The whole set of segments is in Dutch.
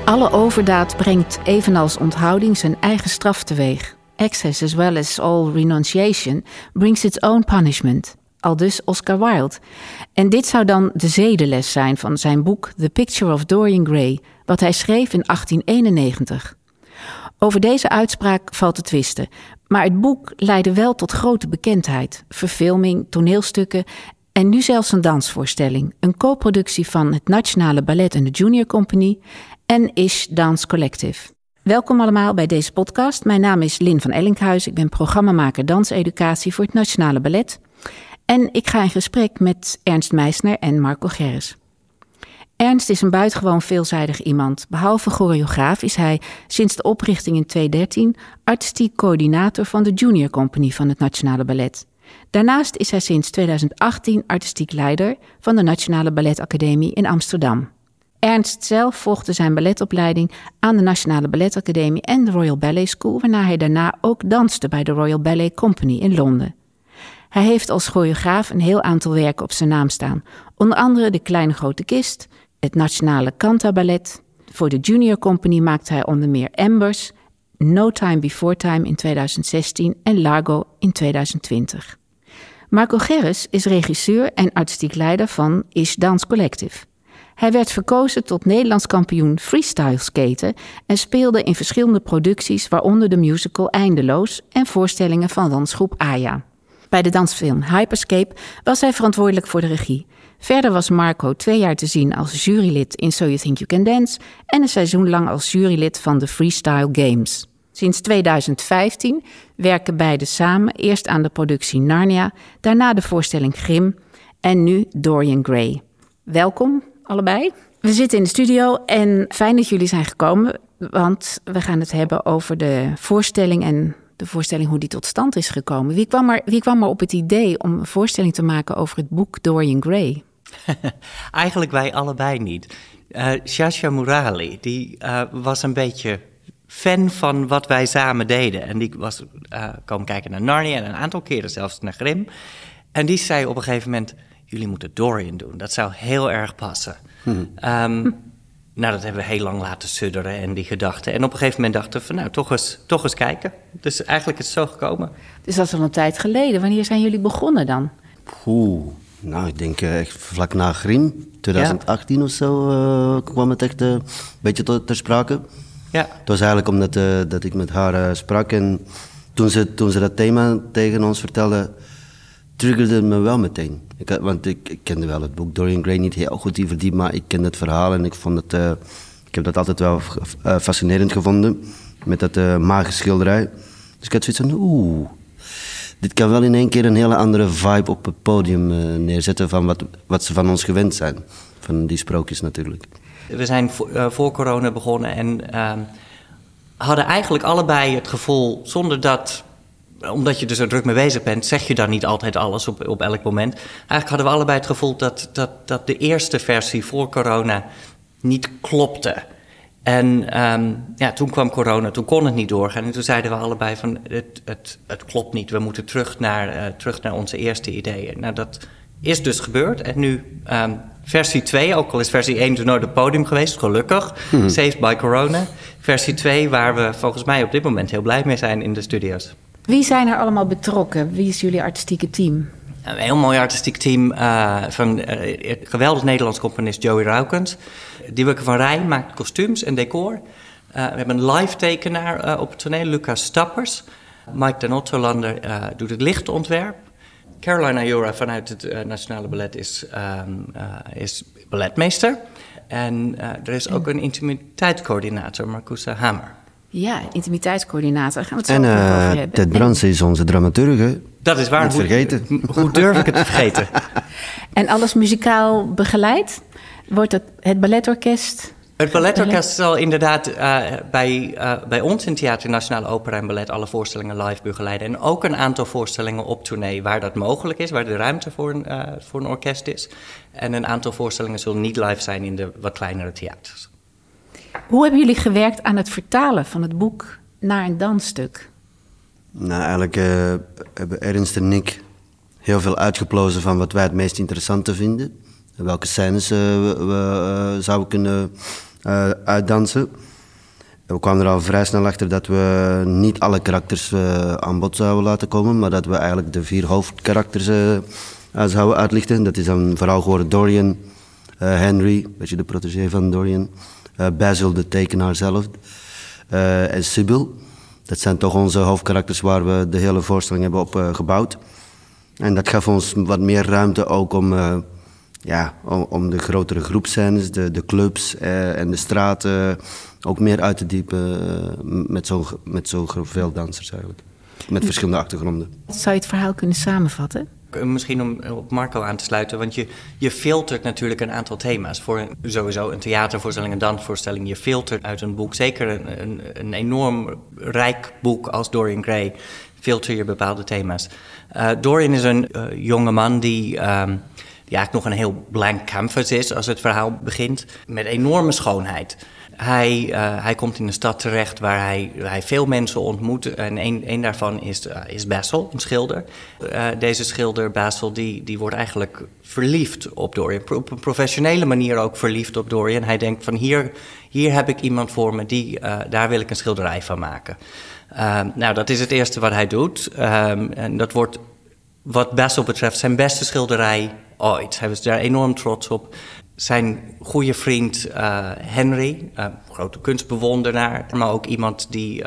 Alle overdaad brengt evenals onthouding zijn eigen straf teweeg. Excess as well as all renunciation brings its own punishment. Aldus Oscar Wilde. En dit zou dan de zedenles zijn van zijn boek The Picture of Dorian Gray, wat hij schreef in 1891. Over deze uitspraak valt te twisten, maar het boek leidde wel tot grote bekendheid. Verfilming, toneelstukken en nu zelfs een dansvoorstelling. Een co-productie van het Nationale Ballet en de Junior Company en Ish Dance Collective. Welkom allemaal bij deze podcast. Mijn naam is Lin van Ellinkhuis. Ik ben programmamaker danseducatie voor het Nationale Ballet. En ik ga in gesprek met Ernst Meisner en Marco Gerris. Ernst is een buitengewoon veelzijdig iemand. Behalve choreograaf is hij sinds de oprichting in 2013 artistiek coördinator van de Junior Company van het Nationale Ballet. Daarnaast is hij sinds 2018 artistiek leider van de Nationale Balletacademie in Amsterdam. Ernst zelf volgde zijn balletopleiding aan de Nationale Balletacademie en de Royal Ballet School, waarna hij daarna ook danste bij de Royal Ballet Company in Londen. Hij heeft als choreograaf een heel aantal werken op zijn naam staan. Onder andere De Kleine Grote Kist, het Nationale Cantaballet. Voor de Junior Company maakte hij onder meer Embers, No Time Before Time in 2016 en Largo in 2020. Marco Gerris is regisseur en artistiek leider van Ish Dance Collective. Hij werd verkozen tot Nederlands kampioen freestyle skaten en speelde in verschillende producties, waaronder de musical Eindeloos en voorstellingen van dansgroep Aya. Bij de dansfilm Hyperscape was hij verantwoordelijk voor de regie. Verder was Marco 2 jaar te zien als jurylid in So You Think You Can Dance en een seizoen lang als jurylid van de Freestyle Games. Sinds 2015 werken beiden samen, eerst aan de productie Narnia, daarna de voorstelling Grimm en nu Dorian Gray. Welkom allebei. We zitten in de studio en fijn dat jullie zijn gekomen, want we gaan het hebben over de voorstelling en de voorstelling hoe die tot stand is gekomen. Wie kwam er op het idee om een voorstelling te maken over het boek Dorian Gray? Eigenlijk wij allebei niet. Shasha Murali, die was een beetje fan van wat wij samen deden. En die was komen kijken naar Narnia en een aantal keren zelfs naar Grimm. En die zei op een gegeven moment, jullie moeten Dorian doen. Dat zou heel erg passen. Nou, dat hebben we heel lang laten sudderen en die gedachten. En op een gegeven moment dachten we van, nou, toch eens kijken. Dus eigenlijk is het zo gekomen. Dus dat is al een tijd geleden. Wanneer zijn jullie begonnen dan? Nou, ik denk echt vlak na Grimm, 2018 of zo, kwam het echt een beetje ter sprake. Ja. Het was eigenlijk omdat dat ik met haar sprak en toen ze dat thema tegen ons vertelde, triggerde het me wel meteen. Want ik kende wel het boek Dorian Gray niet heel goed in verdiept, maar ik kende het verhaal en ik heb dat altijd wel fascinerend gevonden met dat magische schilderij. Dus ik had zoiets van, dit kan wel in één keer een hele andere vibe op het podium neerzetten van wat ze van ons gewend zijn. Van die sprookjes natuurlijk. We zijn voor corona begonnen en hadden eigenlijk allebei het gevoel, omdat je er zo druk mee bezig bent, zeg je dan niet altijd alles op elk moment. Eigenlijk hadden we allebei het gevoel dat de eerste versie voor corona niet klopte. En toen kwam corona, toen kon het niet doorgaan. En toen zeiden we allebei van, het klopt niet. We moeten terug naar onze eerste ideeën. Nou, dat is dus gebeurd. En nu versie 2, ook al is versie 1 toen nooit op het podium geweest, gelukkig. Saved by corona. Versie 2, waar we volgens mij op dit moment heel blij mee zijn in de studio's. Wie zijn er allemaal betrokken? Wie is jullie artistieke team? Een heel mooi artistiek team van geweldig Nederlands componist Joey Raukens. Diewerke van Rij maakt kostuums en decor. We hebben een live tekenaar op het toneel, Lucas Stappers. Mike den Ottolander doet het lichtontwerp. Caroline Ayora vanuit het Nationale Ballet is balletmeester. En er is ook een intimiteitscoördinator, Marcusa Hamer. Ja, intimiteitscoördinator. Daar gaan we het zo over hebben. Ted Brands is onze dramaturg, hè? Dat is waar. Niet vergeten. Hoe durf ik het te vergeten? En alles muzikaal begeleid? Wordt het balletorkest? Het balletorkest zal inderdaad bij ons in Theater Nationale Opera en Ballet alle voorstellingen live begeleiden. En ook een aantal voorstellingen op tournee waar dat mogelijk is, waar de ruimte voor een orkest is. En een aantal voorstellingen zullen niet live zijn in de wat kleinere theaters. Hoe hebben jullie gewerkt aan het vertalen van het boek naar een dansstuk? Nou, eigenlijk hebben Ernst en ik heel veel uitgeplozen van wat wij het meest interessante vinden. Welke scènes we zouden kunnen uitdansen. We kwamen er al vrij snel achter dat we niet alle karakters aan bod zouden laten komen, maar dat we eigenlijk de 4 hoofdkarakters zouden uitlichten. Dat is dan vooral geworden Dorian, Henry, een beetje de protégé van Dorian, Basil, de tekenaar zelf, en Sybil. Dat zijn toch onze hoofdkarakters waar we de hele voorstelling hebben op gebouwd. En dat gaf ons wat meer ruimte ook om de grotere groepscènes, de clubs en de straten ook meer uit te diepen met zo veel dansers eigenlijk. Met verschillende achtergronden. Zou je het verhaal kunnen samenvatten? Misschien om op Marco aan te sluiten, want je filtert natuurlijk een aantal thema's. Voor sowieso een theatervoorstelling, een dansvoorstelling. Je filtert uit een boek, zeker een enorm rijk boek als Dorian Gray, filter je bepaalde thema's. Dorian is een jonge man die eigenlijk nog een heel blank canvas is als het verhaal begint, met enorme schoonheid. Hij komt in een stad terecht waar hij veel mensen ontmoet. En een daarvan is Basil, een schilder. Deze schilder, Basil, die wordt eigenlijk verliefd op Dorian. Op een professionele manier ook verliefd op Dorian. Hij denkt van hier heb ik iemand voor me, daar wil ik een schilderij van maken. Dat is het eerste wat hij doet. En dat wordt, wat Basil betreft, zijn beste schilderij ooit. Hij was daar enorm trots op. Zijn goede vriend Henry, grote kunstbewonderaar, maar ook iemand die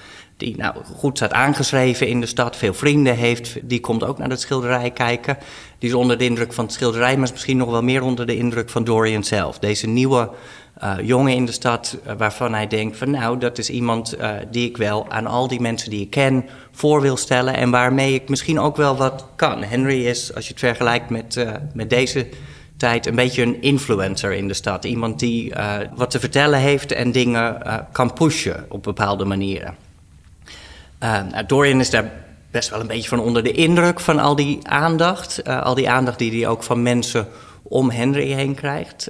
goed staat aangeschreven in de stad, veel vrienden heeft, die komt ook naar het schilderij kijken. Die is onder de indruk van het schilderij, maar is misschien nog wel meer onder de indruk van Dorian zelf. Deze nieuwe jongen in de stad waarvan hij denkt van dat is iemand die ik wel aan al die mensen die ik ken voor wil stellen en waarmee ik misschien ook wel wat kan. Henry is, als je het vergelijkt met deze tijd, een beetje een influencer in de stad. Iemand die wat te vertellen heeft en dingen kan pushen op bepaalde manieren. Dorian is daar best wel een beetje van onder de indruk van al die aandacht. Al die aandacht die hij ook van mensen om Henry heen krijgt.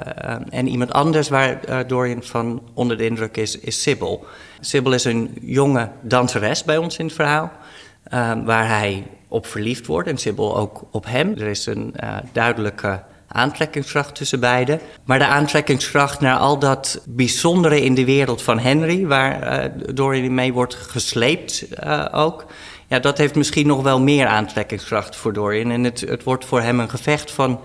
En iemand anders waar Dorian van onder de indruk is Sybil. Sybil is een jonge danseres bij ons in het verhaal, waar hij op verliefd wordt en Sybil ook op hem. Er is een duidelijke aantrekkingskracht tussen beiden. Maar de aantrekkingskracht naar al dat bijzondere in de wereld van Henry, waar Dorian mee wordt gesleept ook, dat heeft misschien nog wel meer aantrekkingskracht voor Dorian. En het wordt voor hem een gevecht van,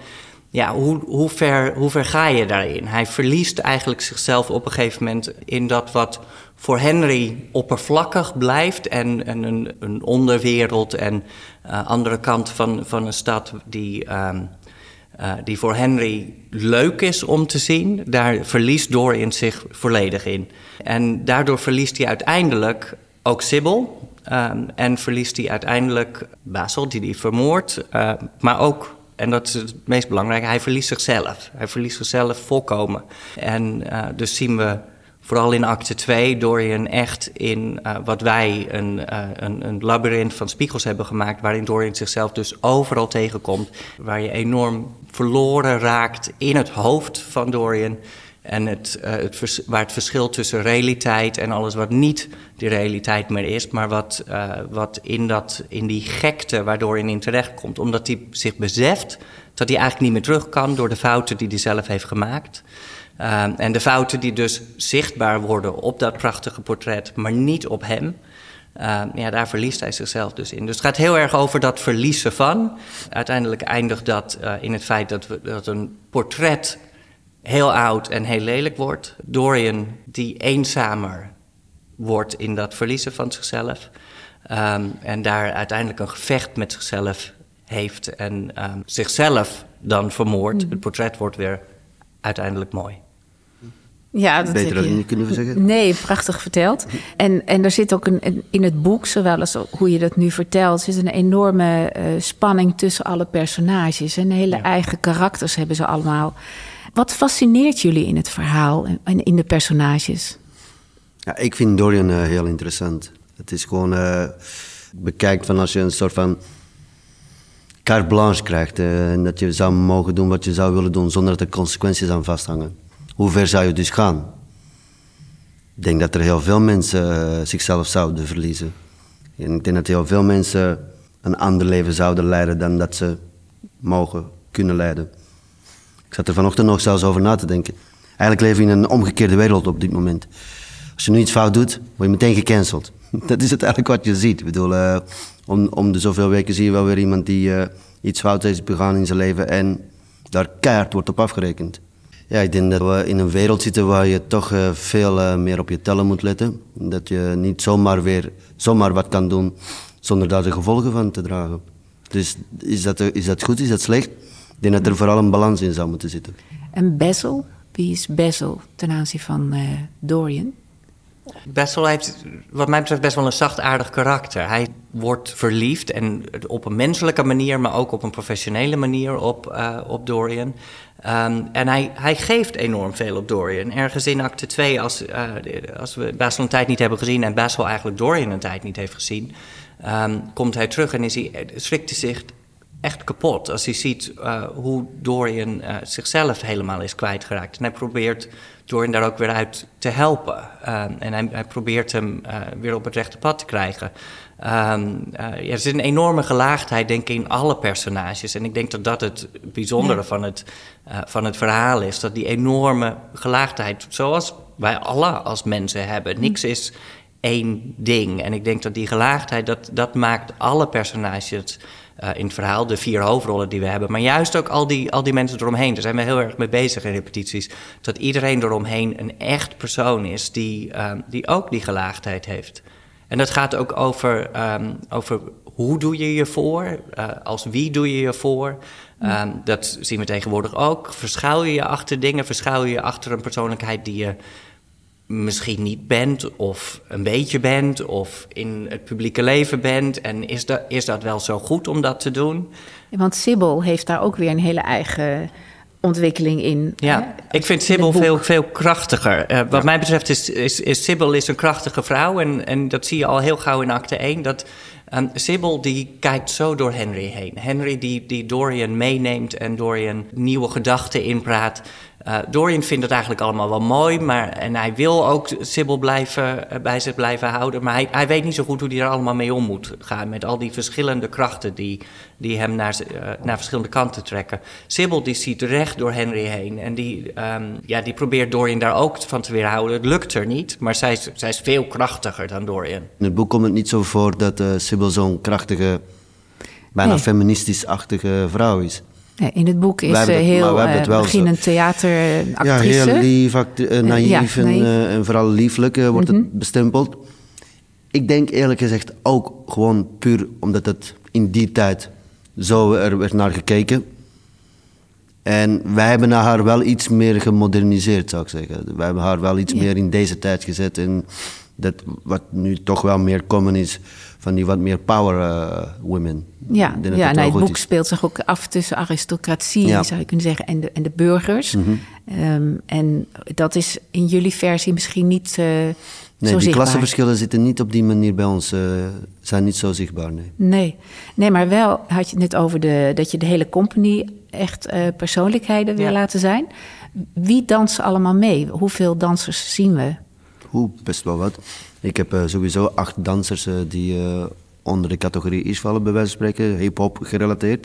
hoe ver ga je daarin? Hij verliest eigenlijk zichzelf op een gegeven moment in dat wat voor Henry oppervlakkig blijft en een onderwereld en andere kant van een stad die voor Henry leuk is om te zien, daar verliest Dorian zich volledig in. En daardoor verliest hij uiteindelijk ook Sybil en verliest hij uiteindelijk Basil, die hij vermoordt, maar ook, en dat is het meest belangrijke, hij verliest zichzelf. Hij verliest zichzelf volkomen. En dus zien we vooral in acte 2 Dorian echt in wat wij een labyrint van spiegels hebben gemaakt, waarin Dorian zichzelf dus overal tegenkomt, waar je enorm verloren raakt in het hoofd van Dorian en waar het verschil tussen realiteit en alles wat niet de realiteit meer is, maar wat in die gekte waar Dorian in terechtkomt, omdat hij zich beseft dat hij eigenlijk niet meer terug kan door de fouten die hij zelf heeft gemaakt. En de fouten die dus zichtbaar worden op dat prachtige portret, maar niet op hem. Daar verliest hij zichzelf dus in. Dus het gaat heel erg over dat verliezen van. Uiteindelijk eindigt dat in het feit dat een portret heel oud en heel lelijk wordt. Dorian die eenzamer wordt in dat verliezen van zichzelf. En daar uiteindelijk een gevecht met zichzelf heeft en zichzelf dan vermoordt. Het portret wordt weer uiteindelijk mooi. Ja, dat beter heb dan je niet kunnen we zeggen. Nee, prachtig verteld. En er zit ook in het boek, zowel als hoe je dat nu vertelt, zit een enorme spanning tussen alle personages. En hele eigen karakters hebben ze allemaal. Wat fascineert jullie in het verhaal en in de personages? Ja, ik vind Dorian heel interessant. Het is gewoon bekijkt van als je een soort van carte blanche krijgt. En dat je zou mogen doen wat je zou willen doen zonder dat er consequenties aan vasthangen. Hoe ver zou je dus gaan? Ik denk dat er heel veel mensen zichzelf zouden verliezen. En ik denk dat heel veel mensen een ander leven zouden leiden dan dat ze kunnen leiden. Ik zat er vanochtend nog zelfs over na te denken. Eigenlijk leven we in een omgekeerde wereld op dit moment. Als je nu iets fout doet, word je meteen gecanceld. Dat is het eigenlijk wat je ziet. Ik bedoel, om de zoveel weken zie je wel weer iemand die iets fout heeft begaan in zijn leven en daar keihard wordt op afgerekend. Ja, ik denk dat we in een wereld zitten waar je toch veel meer op je tellen moet letten. Dat je niet zomaar wat kan doen zonder daar de gevolgen van te dragen. Dus is dat goed, is dat slecht? Ik denk dat er vooral een balans in zou moeten zitten. En Basil? Wie is Basil ten aanzien van Dorian? Basil heeft wat mij betreft best wel een zachtaardig karakter. Hij wordt verliefd en op een menselijke manier, maar ook op een professionele manier op Dorian. En hij geeft enorm veel op Dorian. Ergens in acte 2, als we Basil een tijd niet hebben gezien en Basil eigenlijk Dorian een tijd niet heeft gezien, komt hij terug en schrikt hij zich echt kapot als hij ziet hoe Dorian zichzelf helemaal is kwijtgeraakt. En hij probeert Dorian daar ook weer uit te helpen. En hij probeert hem weer op het rechte pad te krijgen. Er zit een enorme gelaagdheid, denk ik, in alle personages. En ik denk dat dat het bijzondere van het verhaal is. Dat die enorme gelaagdheid, zoals wij alle als mensen hebben. Niks is één ding. En ik denk dat die gelaagdheid, dat maakt alle personages in het verhaal, de 4 hoofdrollen die we hebben, maar juist ook al die mensen eromheen. Daar zijn we heel erg mee bezig in repetities. Dat iedereen eromheen een echt persoon is die ook die gelaagdheid heeft. En dat gaat ook over hoe doe je je voor, als wie doe je je voor. Dat zien we tegenwoordig ook. Verschuil je je achter dingen, verschuil je je achter een persoonlijkheid die je misschien niet bent, of een beetje bent, of in het publieke leven bent. En is dat wel zo goed om dat te doen? Want Sybil heeft daar ook weer een hele eigen ontwikkeling in. Ja, ik vind Sybil veel krachtiger. Wat mij betreft is Sybil een krachtige vrouw. En dat zie je al heel gauw in acte 1. Dat Sybil die kijkt zo door Henry heen. Henry die Dorian meeneemt en Dorian nieuwe gedachten inpraat. Dorian vindt het eigenlijk allemaal wel mooi, en hij wil ook Sybil bij zich blijven houden. Maar hij weet niet zo goed hoe hij er allemaal mee om moet gaan. Met al die verschillende krachten die hem naar verschillende kanten trekken. Sybil die ziet recht door Henry heen. En die probeert Dorian daar ook van te weerhouden. Het lukt er niet, maar zij is veel krachtiger dan Dorian. In het boek komt het niet zo voor dat Sybil zo'n krachtige, bijna feministisch-achtige vrouw is. Ja, in het boek is misschien een theateractrice. Ja, heel lief, naïef en vooral lieflijk wordt het bestempeld. Ik denk eerlijk gezegd ook gewoon puur omdat het in die tijd zo er werd naar gekeken. En wij hebben haar wel iets meer gemoderniseerd, zou ik zeggen. Wij hebben haar wel iets meer in deze tijd gezet. En dat wat nu toch wel meer common is van die wat meer power women. Ja, het boek speelt zich ook af tussen aristocratie, zou je kunnen zeggen, en de burgers. En dat is in jullie versie misschien niet zo zichtbaar. Die klassenverschillen zitten niet op die manier bij ons, zijn niet zo zichtbaar. Nee, maar wel had je het net over dat je de hele company echt persoonlijkheden wil laten zijn. Wie dansen allemaal mee? Hoeveel dansers zien we? Best wel wat. Ik heb sowieso 8 dansers die onder de categorie is vallen, bij wijze van spreken, hip-hop gerelateerd.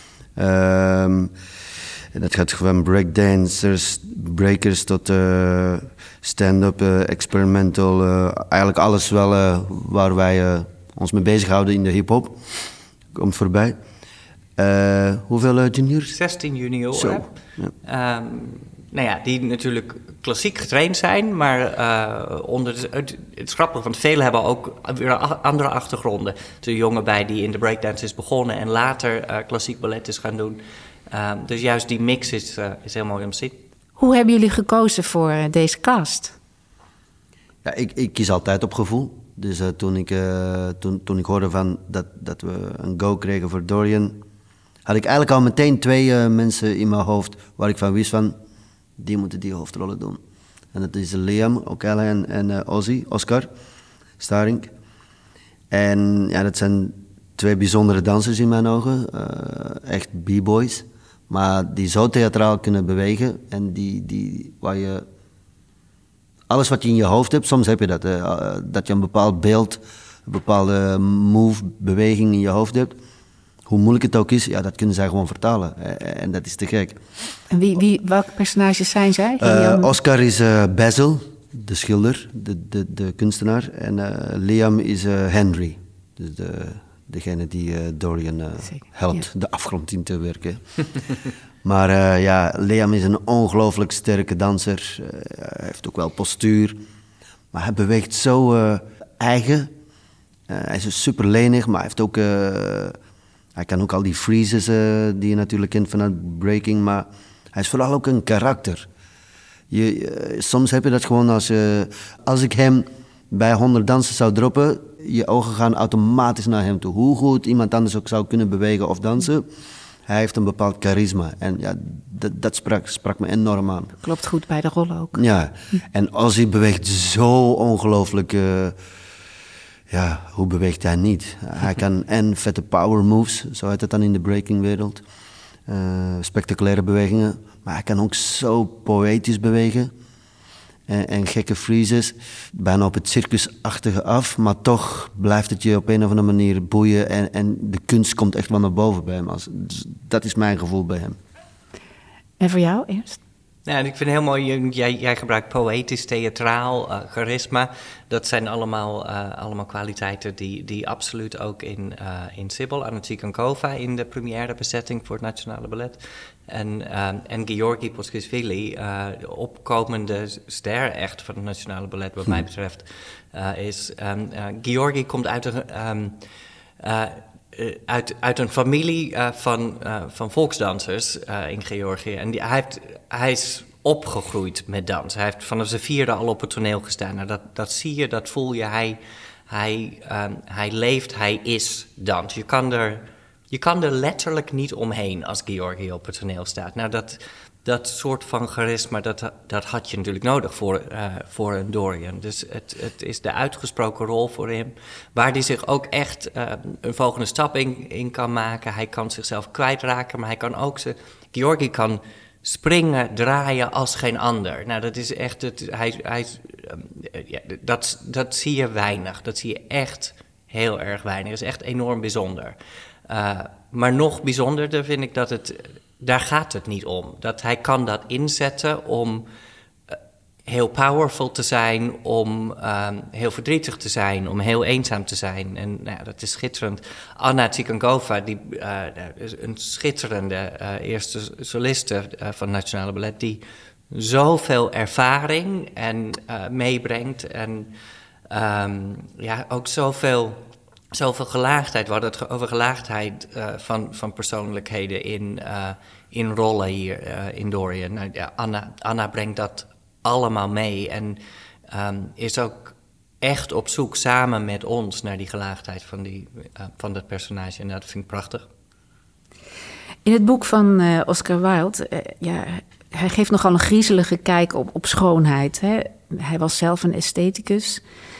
En dat gaat van breakdancers, breakers tot stand-up, experimental. Eigenlijk alles wel waar wij ons mee bezighouden in de hip-hop. Komt voorbij. Hoeveel juniors? 16 junioren. Zo, ja. Die natuurlijk klassiek getraind zijn, maar het grappige, want velen hebben ook weer andere achtergronden. De jongen bij die in de breakdance is begonnen en later klassiek ballet is gaan doen. Dus juist die mix is heel mooi om te zien. Hoe hebben jullie gekozen voor deze cast? Ja, ik kies altijd op gevoel. Dus toen ik hoorde van dat we een go kregen voor Dorian, had ik eigenlijk al meteen 2 mensen in mijn hoofd waar ik van wist van, die moeten die hoofdrollen doen. En dat is Liam O'Callaghan en Oscar Starink. En ja, dat zijn 2 bijzondere dansers in mijn ogen. Echt b-boys. Maar die zo theatraal kunnen bewegen. En waar je alles wat je in je hoofd hebt, soms heb je dat. Dat je een bepaald beeld, een bepaalde move, beweging in je hoofd hebt. hoe moeilijk het ook is, ja, dat kunnen zij gewoon vertalen. En dat is te gek. En welke personages zijn zij? Oscar is Basil, de schilder, de kunstenaar. En Liam is Henry, dus degene die Dorian helpt de afgrond in te werken. Maar Liam is een ongelooflijk sterke danser. Hij heeft ook wel postuur. Maar hij beweegt zo eigen. Hij is super lenig, maar hij heeft ook... hij kan ook al die freezes die je natuurlijk kent vanuit breaking. Maar hij is vooral ook een karakter. Soms heb je dat gewoon als ik hem bij 100 dansen zou droppen... je ogen gaan automatisch naar hem toe. Hoe goed iemand anders ook zou kunnen bewegen of dansen... Hij heeft een bepaald charisma. En ja, dat sprak me enorm aan. Klopt goed bij de rollen ook. Ja, en Ozzy beweegt zo ongelooflijk... hoe beweegt hij niet? Hij kan en vette power moves, zo heet het dan in de breakingwereld. Spectaculaire bewegingen. Maar hij kan ook zo poëtisch bewegen. En gekke freezes. Bijna op het circusachtige af. Maar toch blijft het je op een of andere manier boeien. En de kunst komt echt wel naar boven bij hem. Dus dat is mijn gevoel bij hem. En voor jou eerst? Ja, ik vind het heel mooi, jij gebruikt poëtisch, theatraal, charisma. Dat zijn allemaal kwaliteiten die absoluut ook in Sibyl, Anna Tsikhanková, in de première bezetting voor het Nationale Ballet. En Georgi Poskišvili, de opkomende ster echt van het Nationale Ballet wat mij betreft, is... Georgi komt uit een familie van volksdansers in Georgië. En hij is opgegroeid met dans. Hij heeft vanaf zijn 4e al op het toneel gestaan. Nou, dat zie je, dat voel je. Hij leeft, hij is dans. Je kan er letterlijk niet omheen als Georgi op het toneel staat. Nou, dat soort van charisma, dat had je natuurlijk nodig voor een Dorian. Dus het is de uitgesproken rol voor hem, waar hij zich ook echt een volgende stap in kan maken. Hij kan zichzelf kwijtraken, maar hij kan ook Georgi kan springen, draaien als geen ander. Nou, dat is echt... Dat zie je weinig. Dat zie je echt heel erg weinig. Dat is echt enorm bijzonder. Maar nog bijzonderder vind ik dat daar gaat het niet om. Dat hij kan dat inzetten om heel powerful te zijn, om heel verdrietig te zijn, om heel eenzaam te zijn. En dat is schitterend. Anna Tsikhanková, die is een schitterende eerste soliste van het Nationale Ballet, die zoveel ervaring meebrengt en ook zoveel gelaagdheid. We hadden het over gelaagdheid van persoonlijkheden in rollen hier in Dorian. Nou, Anna brengt dat allemaal mee en is ook echt op zoek samen met ons naar die gelaagdheid van dat personage. En dat vind ik prachtig. In het boek van Oscar Wilde, hij geeft nogal een griezelige kijk op schoonheid. Hè? Hij was zelf een estheticus.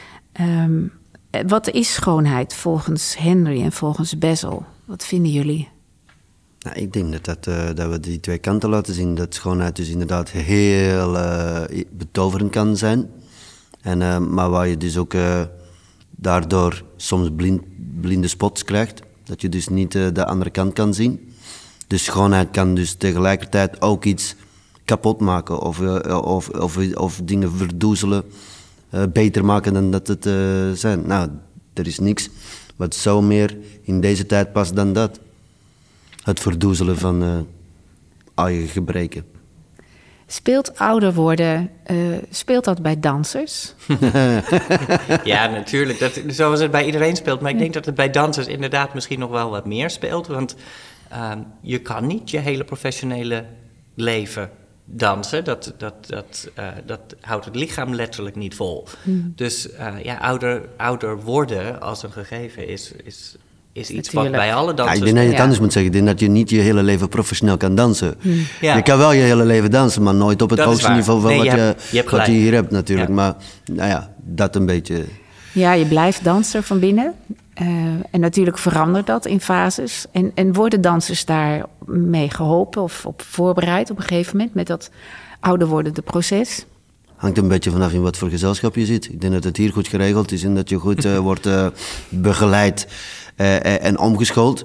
Wat is schoonheid volgens Henry en volgens Basil? Wat vinden jullie? Nou, ik denk dat we die twee kanten laten zien. Dat schoonheid dus inderdaad heel betoverend kan zijn. Maar waar je dus ook daardoor soms blinde spots krijgt. Dat je dus niet de andere kant kan zien. Dus schoonheid kan dus tegelijkertijd ook iets kapot maken. Of dingen verdoezelen. Beter maken dan dat het zijn. Nou, er is niks wat zo meer in deze tijd past dan dat. Het verdoezelen van al je gebreken. Speelt ouder worden, speelt dat bij dansers? Ja, natuurlijk. Zoals het bij iedereen speelt. Maar ik denk dat het bij dansers inderdaad misschien nog wel wat meer speelt. Want je kan niet je hele professionele leven dansen. Dat houdt het lichaam letterlijk niet vol. Dus ouder worden als een gegeven is iets natuurlijk wat bij alle dansers... ik denk dat je het anders moet zeggen. Ik denk dat je niet je hele leven professioneel kan dansen. Ja. Je kan wel je hele leven dansen, maar nooit op het hoogste niveau van wat je hier hebt natuurlijk. Ja. Maar dat een beetje... Ja, je blijft danser van binnen. En natuurlijk verandert dat in fases. En worden dansers daarmee geholpen of op voorbereid op een gegeven moment met dat ouder wordende proces? Hangt een beetje vanaf in wat voor gezelschap je zit. Ik denk dat het hier goed geregeld is en dat je goed wordt begeleid en omgeschoold.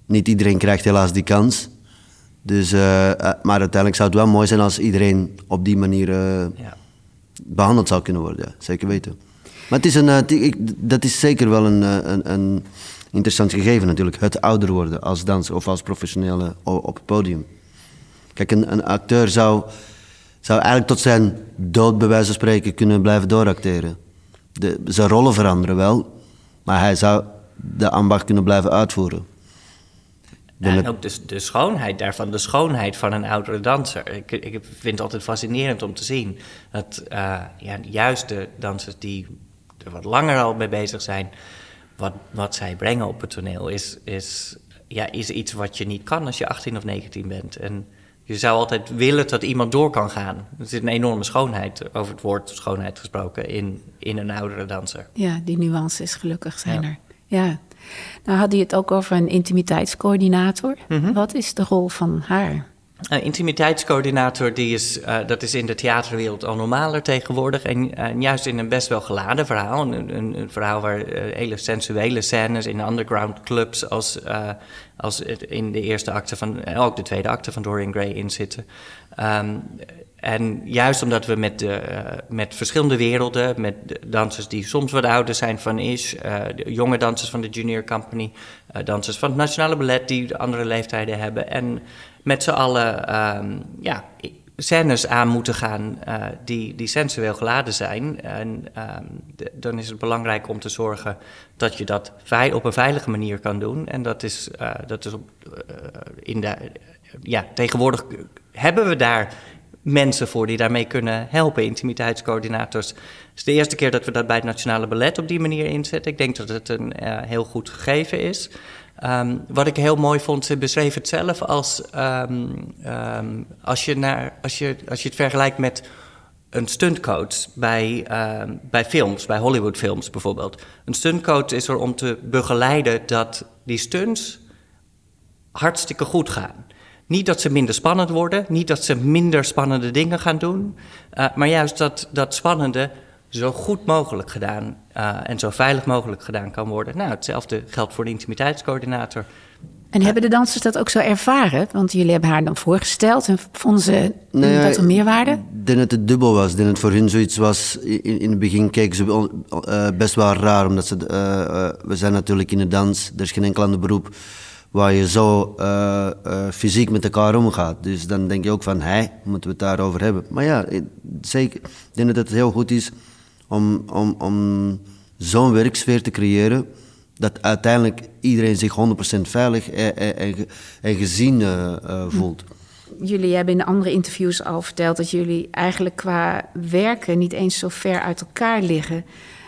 Niet iedereen krijgt helaas die kans. Dus, maar uiteindelijk zou het wel mooi zijn als iedereen op die manier behandeld zou kunnen worden. Ja, zeker weten. Maar het is dat is zeker wel een interessant gegeven natuurlijk. Het ouder worden als danser of als professionele op het podium. Kijk, een acteur zou eigenlijk tot zijn dood bij wijze van spreken kunnen blijven dooracteren. Zijn rollen veranderen wel, maar hij zou de ambacht kunnen blijven uitvoeren. En ook de schoonheid daarvan, de schoonheid van een oudere danser. Ik vind het altijd fascinerend om te zien dat juist de dansers die er wat langer al mee bezig zijn, wat zij brengen op het toneel is iets wat je niet kan als je 18 of 19 bent. En je zou altijd willen dat iemand door kan gaan. Er zit een enorme schoonheid, over het woord schoonheid gesproken, in een oudere danser. Ja, die nuances gelukkig zijn er. Ja. Nou had je het ook over een intimiteitscoördinator. Wat is de rol van haar? Een intimiteitscoördinator, dat is in de theaterwereld al normaler tegenwoordig. En juist in een best wel geladen verhaal. Een verhaal waar hele sensuele scènes in underground clubs als in de eerste acte ook de tweede acte van Dorian Gray in zitten. En juist omdat we met verschillende werelden, met dansers die soms wat ouder zijn van Ish, jonge dansers van de Junior Company, dansers van het Nationale Ballet die andere leeftijden hebben, en met z'n allen scènes aan moeten gaan die sensueel geladen zijn. En dan is het belangrijk om te zorgen dat je dat op een veilige manier kan doen. En dat is tegenwoordig hebben we daar mensen voor die daarmee kunnen helpen, intimiteitscoördinators. Het is de eerste keer dat we dat bij het Nationale Ballet op die manier inzetten. Ik denk dat het een heel goed gegeven is. Wat ik heel mooi vond, ze beschreef het zelf als als je het vergelijkt met een stuntcoach bij films, bij Hollywoodfilms bijvoorbeeld. Een stuntcoach is er om te begeleiden dat die stunts hartstikke goed gaan. Niet dat ze minder spannend worden, niet dat ze minder spannende dingen gaan doen, maar juist dat spannende zo goed mogelijk gedaan en zo veilig mogelijk gedaan kan worden. Nou, hetzelfde geldt voor de intimiteitscoördinator. En hebben de dansers dat ook zo ervaren? Want jullie hebben haar dan voorgesteld en vonden ze dat er meerwaarde? Ik denk dat het dubbel was. Ik denk dat het voor hun zoiets was. In het begin keken ze best wel raar, omdat we zijn natuurlijk in de dans. Er is geen enkel ander beroep waar je zo fysiek met elkaar omgaat. Dus dan denk je ook van, moeten we het daarover hebben. Maar ja, zeker. Ik denk dat het heel goed is om zo'n werksfeer te creëren, dat uiteindelijk iedereen zich 100% veilig en gezien voelt. Jullie hebben in andere interviews al verteld dat jullie eigenlijk qua werken niet eens zo ver uit elkaar liggen.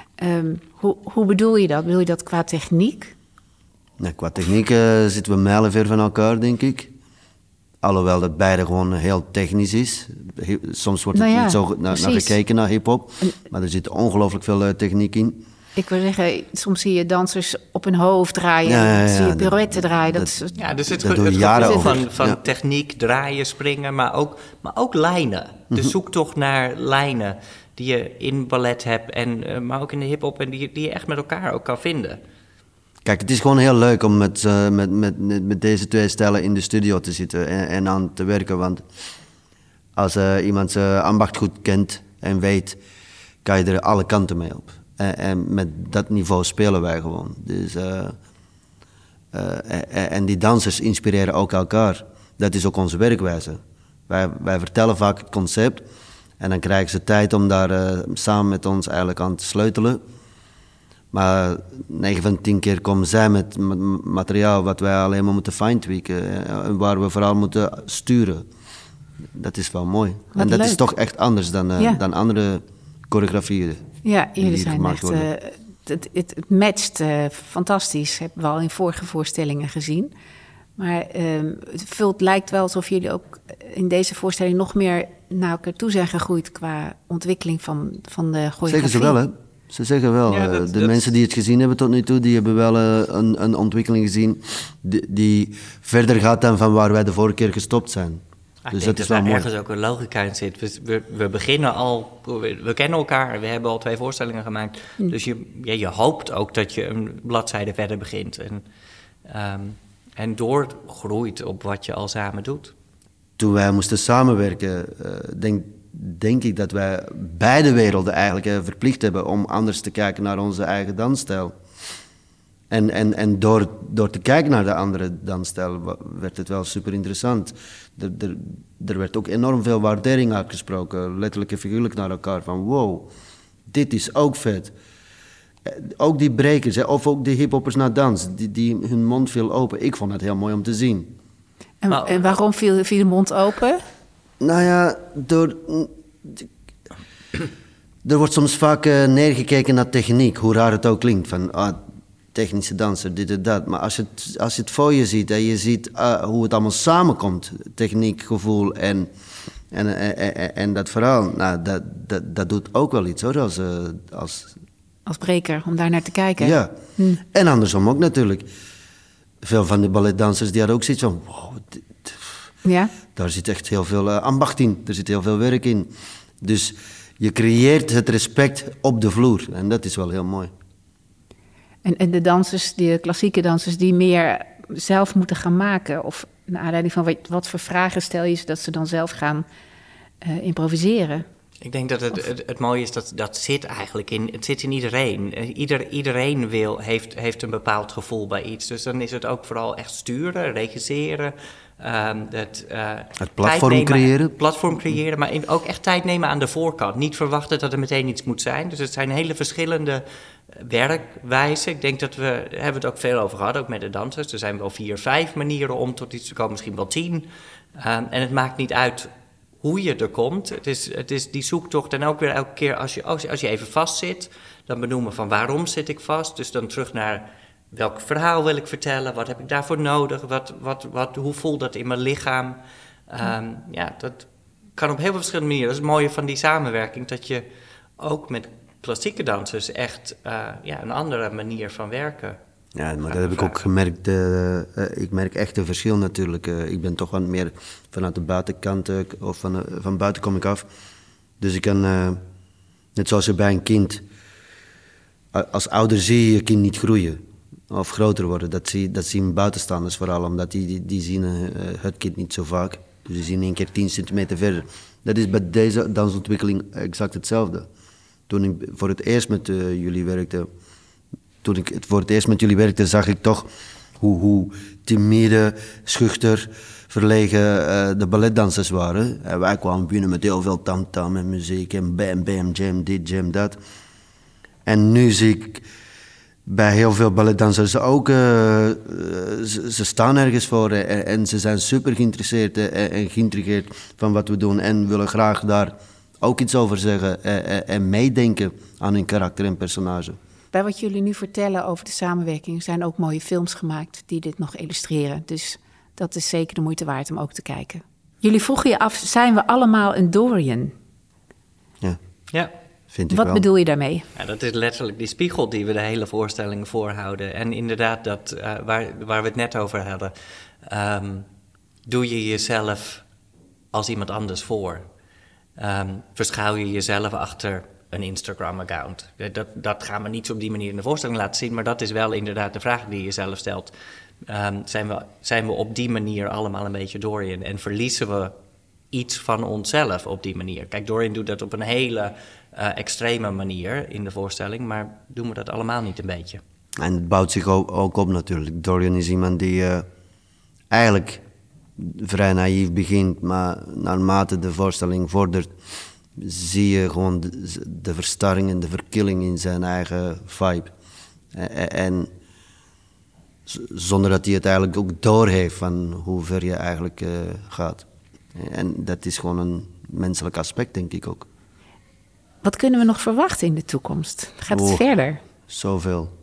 Hoe bedoel je dat? Bedoel je dat qua techniek? Nou, qua techniek zitten we mijlenver van elkaar, denk ik. Alhoewel dat beide gewoon heel technisch is. Soms wordt er niet zo naar gekeken, naar hiphop. Maar er zit ongelooflijk veel techniek in. Ik wil zeggen, soms zie je dansers op hun hoofd draaien. Zie je pirouetten draaien. Er zit het gevoel van techniek, draaien, springen, maar ook lijnen. De zoektocht naar lijnen die je in ballet hebt, maar ook in de hiphop, en die je echt met elkaar ook kan vinden. Kijk, het is gewoon heel leuk om met deze twee stijlen in de studio te zitten en aan te werken. Want als iemand zijn ambacht goed kent en weet, kan je er alle kanten mee op. En met dat niveau spelen wij gewoon. Dus, en die dansers inspireren ook elkaar. Dat is ook onze werkwijze. Wij vertellen vaak het concept en dan krijgen ze tijd om daar samen met ons eigenlijk aan te sleutelen. Maar 9 van 10 keer komen zij met materiaal wat wij alleen maar moeten fine-tweaken. En waar we vooral moeten sturen. Dat is wel mooi. Wat en dat leuk. is toch echt anders dan andere choreografieën. Ja, jullie zijn gemaakt echt... worden. Het matcht fantastisch. Hebben we al in vorige voorstellingen gezien. Maar het lijkt wel alsof jullie ook in deze voorstelling nog meer naar elkaar toe zijn gegroeid qua ontwikkeling van de choreografie. Zeggen ze wel, hè? Ze zeggen wel. Ja, mensen die het gezien hebben tot nu toe, die hebben wel een ontwikkeling gezien die verder gaat dan van waar wij de vorige keer gestopt zijn. Dus dat is wel mooi. Ergens ook een logica in zit. We beginnen al, we kennen elkaar, we hebben al 2 voorstellingen gemaakt. Dus je hoopt ook dat je een bladzijde verder begint. en doorgroeit op wat je al samen doet. Toen wij moesten samenwerken, denk ik dat wij beide werelden eigenlijk verplicht hebben om anders te kijken naar onze eigen dansstijl. En door te kijken naar de andere dansstijl werd het wel super interessant. Er werd ook enorm veel waardering uitgesproken, letterlijk en figuurlijk naar elkaar. Van wow, dit is ook vet. Ook die brekers, of ook de hiphoppers naar dans, die hun mond viel open. Ik vond het heel mooi om te zien. En waarom viel de mond open? Nou ja, er wordt soms vaak neergekeken naar techniek, hoe raar het ook klinkt. Van technische danser, dit en dat. Maar als je het voor je ziet en je ziet hoe het allemaal samenkomt, techniek, gevoel en dat verhaal, nou, dat doet ook wel iets hoor, als breker, om daar naar te kijken. Ja, en andersom ook natuurlijk. Veel van de balletdansers die hadden ook zoiets van, wow, ja? Daar zit echt heel veel ambacht in, er zit heel veel werk in. Dus je creëert het respect op de vloer en dat is wel heel mooi. En de dansers, de klassieke dansers, die meer zelf moeten gaan maken, of naar aanleiding van wat voor vragen stel je ze dat ze dan zelf gaan improviseren? Ik denk dat het mooie is dat zit eigenlijk in. Het zit in iedereen. Iedereen heeft een bepaald gevoel bij iets. Dus dan is het ook vooral echt sturen, regisseren. Het platform creëren, maar ook echt tijd nemen aan de voorkant. Niet verwachten dat er meteen iets moet zijn. Dus het zijn hele verschillende werkwijzen. Ik denk dat hebben het ook veel over gehad, ook met de dansers. Er zijn wel 4, 5 manieren om tot iets te komen, misschien wel 10. En het maakt niet uit hoe je er komt. Het is die zoektocht en ook weer elke keer als je even vastzit, dan benoemen van waarom zit ik vast. Dus dan terug naar welk verhaal wil ik vertellen, wat heb ik daarvoor nodig, hoe voelt dat in mijn lichaam. Dat kan op heel veel verschillende manieren. Dat is het mooie van die samenwerking, dat je ook met klassieke dansers echt een andere manier van werken. Ja, maar dat heb ik ook gemerkt. Ik merk echt een verschil natuurlijk. Ik ben toch wat meer vanuit de buitenkant, of van buiten kom ik af. Dus ik kan, net zoals je bij een kind, als ouder zie je je kind niet groeien of groter worden. Dat zien buitenstaanders vooral, omdat die zien het kind niet zo vaak. Dus die zien 1 keer 10 centimeter verder. Dat is bij deze dansontwikkeling exact hetzelfde. Toen ik voor het eerst met jullie werkte, zag ik toch hoe timide, schuchter, verlegen de balletdansers waren. En wij kwamen binnen met heel veel tamtam en muziek en bam, bam, jam, dit, jam, dat. En nu zie ik bij heel veel balletdansers ook, ze staan ergens voor en ze zijn super geïnteresseerd en geïntrigeerd van wat we doen en willen graag daar ook iets over zeggen en meedenken aan hun karakter en personage. Bij wat jullie nu vertellen over de samenwerking zijn ook mooie films gemaakt die dit nog illustreren. Dus dat is zeker de moeite waard om ook te kijken. Jullie vroegen je af, zijn we allemaal een Dorian? Ja. Vind ik wel. Wat bedoel je daarmee? Ja, dat is letterlijk die spiegel die we de hele voorstelling voorhouden. En inderdaad, dat, waar we het net over hadden, doe je jezelf als iemand anders voor. Verschuil je jezelf achter een Instagram-account. Dat gaan we niet op die manier in de voorstelling laten zien, maar dat is wel inderdaad de vraag die je zelf stelt. Zijn we op die manier allemaal een beetje Dorian en verliezen we iets van onszelf op die manier? Kijk, Dorian doet dat op een hele extreme manier in de voorstelling, maar doen we dat allemaal niet een beetje? En het bouwt zich ook op natuurlijk. Dorian is iemand die eigenlijk vrij naïef begint, maar naarmate de voorstelling vordert, zie je gewoon de verstarring en de verkilling in zijn eigen vibe. En zonder dat hij het eigenlijk ook doorheeft van hoe ver je eigenlijk gaat. En dat is gewoon een menselijk aspect, denk ik ook. Wat kunnen we nog verwachten in de toekomst? Gaat het verder? Zoveel.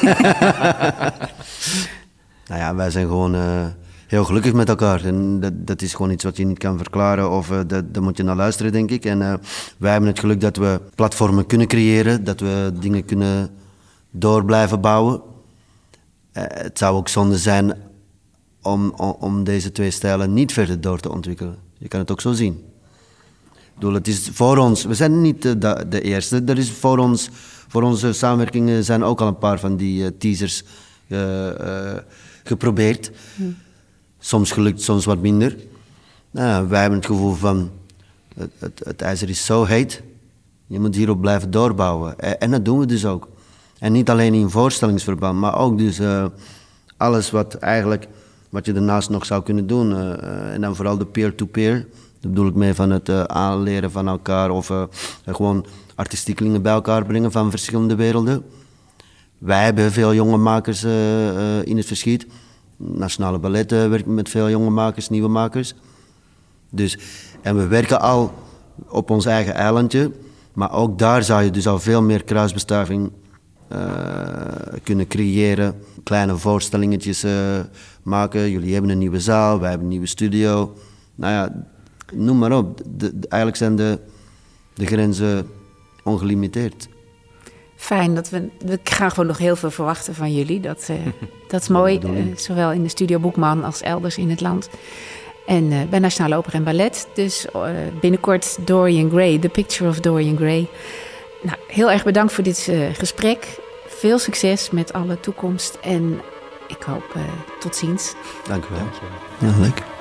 Nou ja, wij zijn gewoon heel gelukkig met elkaar. En dat is gewoon iets wat je niet kan verklaren of daar moet je naar luisteren, denk ik. En wij hebben het geluk dat we platformen kunnen creëren, dat we dingen kunnen door blijven bouwen. Het zou ook zonde zijn om deze twee stijlen niet verder door te ontwikkelen. Je kan het ook zo zien. Ik bedoel, het is voor ons, we zijn niet de eerste. Er is voor onze samenwerkingen zijn ook al een paar van die teasers geprobeerd. Soms gelukt, soms wat minder. Nou, wij hebben het gevoel van, het ijzer is zo heet, je moet hierop blijven doorbouwen. En dat doen we dus ook. En niet alleen in voorstellingsverband, maar ook dus alles wat je daarnaast nog zou kunnen doen. En dan vooral de peer-to-peer. Daar bedoel ik mee van het aanleren van elkaar of gewoon artistiekelingen bij elkaar brengen van verschillende werelden. Wij hebben veel jonge makers in het verschiet. Nationale Ballet werkt met veel jonge makers, nieuwe makers. Dus, en we werken al op ons eigen eilandje, maar ook daar zou je dus al veel meer kruisbestuiving kunnen creëren. Kleine voorstellingetjes maken. Jullie hebben een nieuwe zaal, wij hebben een nieuwe studio. Nou ja, noem maar op. Eigenlijk zijn de grenzen ongelimiteerd. Fijn, we gaan gewoon nog heel veel verwachten van jullie. Dat is mooi, zowel in de Studio Boekman als elders in het land. En bij Nationale Opera en Ballet. Dus binnenkort Dorian Gray, The Picture of Dorian Gray. Nou, heel erg bedankt voor dit gesprek. Veel succes met alle toekomst. En ik hoop tot ziens. Dank u wel. Ja, leuk.